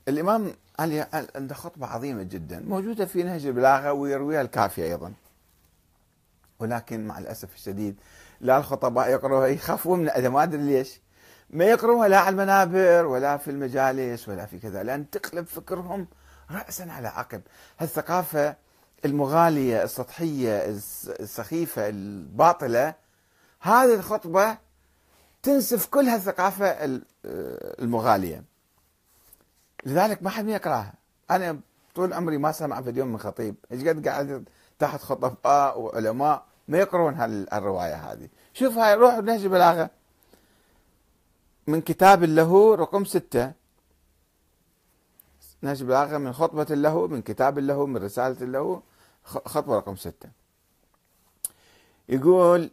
الإمام علي عنده خطبة عظيمة جدا موجودة في نهج البلاغة ويرويها الكافي أيضا، ولكن مع الأسف الشديد لا الخطباء يقرأوها، يخافون من أداء، ما أدري ليش ما يقرأوها لا على المنابر ولا في المجالس ولا في كذا، لأن تقلب فكرهم رأسا على عقب. هالثقافة المغالية السطحية السخيفة الباطلة، هذه الخطبة تنسف كل هالثقافة المغالية، لذلك ما حد يقراها. انا طول عمري ما سمع في يوم من خطيب، ايش قد قاعد تحت خطباء وعلماء ما يقرون هالروايه هذه. شوف هاي، روح نهج البلاغه من كتاب له رقم 6، نهج البلاغه من خطبه له، من كتاب له، من رساله له، خطبه رقم 6. يقول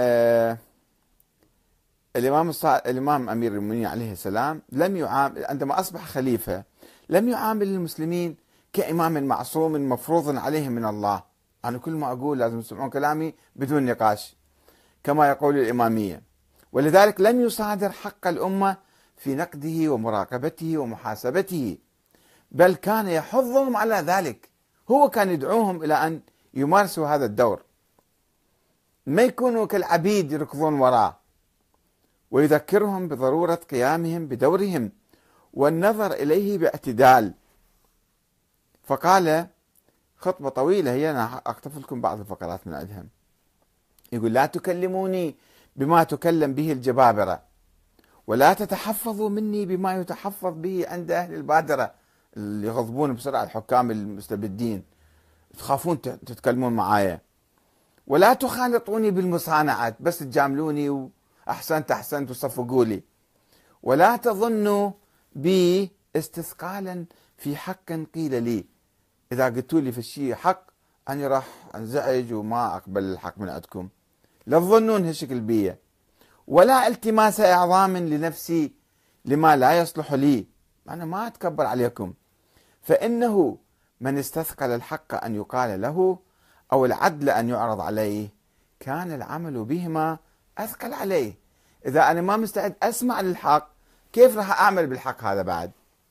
الإمام أمير المؤمنين عليه السلام لم يعامل عندما أصبح خليفة، لم يعامل المسلمين كإمام معصوم مفروض عليهم من الله. أنا كل ما أقول لازم تسمعون كلامي بدون نقاش كما يقول الإمامية، ولذلك لم يصادر حق الأمة في نقده ومراقبته ومحاسبته، بل كان يحضهم على ذلك. هو كان يدعوهم إلى أن يمارسوا هذا الدور، ما يكونوا كالعبيد يركضون وراه، ويذكرهم بضرورة قيامهم بدورهم والنظر إليه باعتدال. فقال خطبة طويلة هي، أنا أقتطف لكم بعض الفقرات من عندها. يقول: لا تكلموني بما تكلم به الجبابرة، ولا تتحفظوا مني بما يتحفظ به عند أهل البادرة اللي يغضبون بسرعة الحكام المستبدين، تخافون تتكلمون معايا. ولا تخالطوني بالمصانعات، بس تجاملوني أحسنت وصفقوا لي. ولا تظنوا بي استثقالا في حق قيل لي، إذا قلتوا لي في الشيء حق أنا راح أنزعج وما أقبل الحق من عندكم، لا تظنون هالشكل بي. ولا التماس إعظام لنفسي لما لا يصلح لي، أنا ما أتكبر عليكم. فإنه من استثقل الحق أن يقال له أو العدل أن يعرض عليه، كان العمل بهما أثقل عليه. إذا أنا ما مستعد أسمع للحق، كيف راح أعمل بالحق هذا بعد؟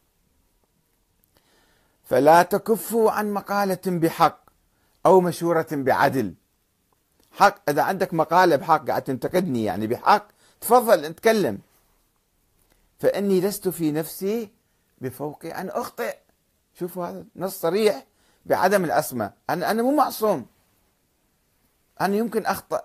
فلا تكفوا عن مقالة بحق أو مشورة بعدل. حق، إذا عندك مقالة بحق قاعد تنتقدني يعني بحق، تفضل اتكلم. فإني لست في نفسي بفوق أن أخطئ. شوفوا هذا نص صريح بعدم العصمة. أنا مو معصوم، أنا يمكن أخطأ.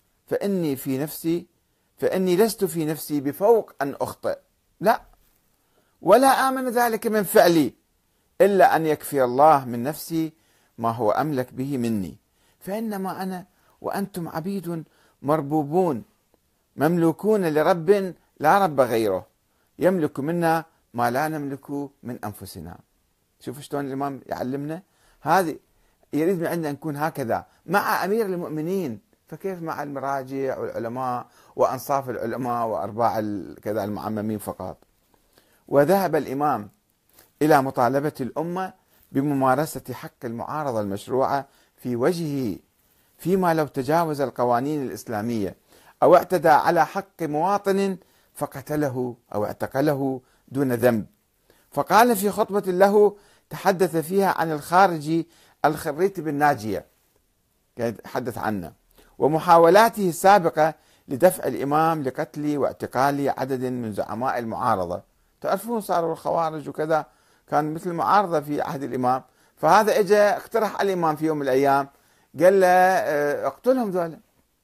فإني لست في نفسي بفوق أن أخطئ، لا، ولا آمن ذلك من فعلي، إلا أن يكفي الله من نفسي ما هو أملك به مني. فإنما أنا وأنتم عبيد مربوبون مملوكون لرب لا رب غيره، يملك منا ما لا نملك من أنفسنا. شوفوا شلون الإمام يعلمنا، هذه يريد من عندنا نكون هكذا مع أمير المؤمنين، فكيف مع المراجع والعلماء وأنصاف العلماء وأرباع كذا المعممين فقط. وذهب الإمام إلى مطالبة الأمة بممارسة حق المعارضة المشروعة في وجهه، فيما لو تجاوز القوانين الإسلامية أو اعتدى على حق مواطن فقتله أو اعتقله دون ذنب. فقال في خطبة له تحدث فيها عن الخارجي الخريت بالناجية، يتحدث عنه، ومحاولاته السابقة لدفع الإمام لقتل واعتقال عدد من زعماء المعارضة. تعرفون صاروا الخوارج وكذا، كان مثل معارضة في عهد الإمام، فهذا اجى اقترح على الإمام في يوم من الأيام، قال له اقتلهم ذولا.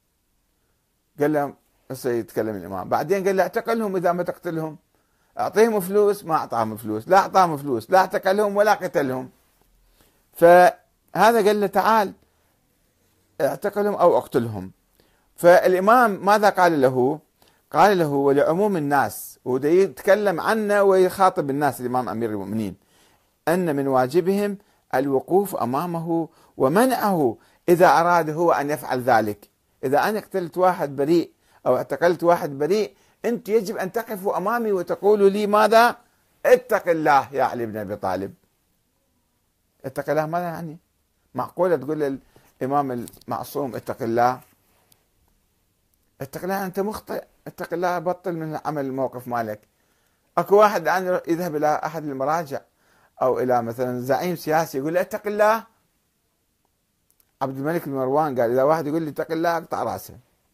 قال له هسه يتكلم الإمام، بعدين قال له اعتقلهم إذا ما تقتلهم، أعطيهم فلوس، ما أعطاهم فلوس، لا أعطاهم فلوس، لا اعتقلهم ولا قتلهم. فهذا قال له تعال اعتقلهم أو اقتلهم. فالإمام ماذا قال له؟ قال له ولعموم الناس، وده يتكلم عنه ويخاطب الناس الإمام أمير المؤمنين، أن من واجبهم الوقوف أمامه ومنعه إذا أراد هو أن يفعل ذلك. إذا أنا قتلت واحد بريء أو اعتقلت واحد بريء، أنت يجب أن تقفوا أمامي وتقولوا لي ماذا؟ اتق الله يا علي بن أبي طالب. اتق الله ماذا يعني؟ معقولة تقول للإمام المعصوم اتق الله؟ اتق الله أنت مخطئ، اتق الله بطل من عمل الموقف مالك. اكو واحد الآن يذهب إلى أحد المراجع أو إلى مثلا زعيم سياسي يقول له اتق الله. عبد الملك بن مروان قال إذا واحد يقول لي اتق الله أقطع رأسه.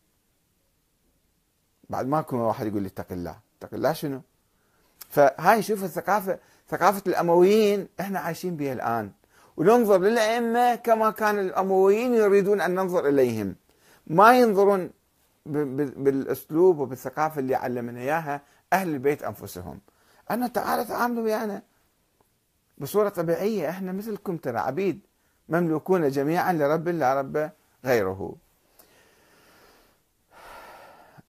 بعد ماكو واحد يقول لي اتق الله، اتق الله شنو؟ فهاي شوف الثقافة، ثقافة الأمويين احنا عايشين بها الآن، وننظر للأئمة كما كان الأمويين يريدون أن ننظر إليهم، ما ينظرون بالأسلوب وبالثقافة اللي علمنا إياها أهل البيت أنفسهم. أنا تعالوا تعاملوا ويانا بصورة طبيعية، احنا مثلكم ترى عبيد مملوكون جميعا لرب لا رب غيره.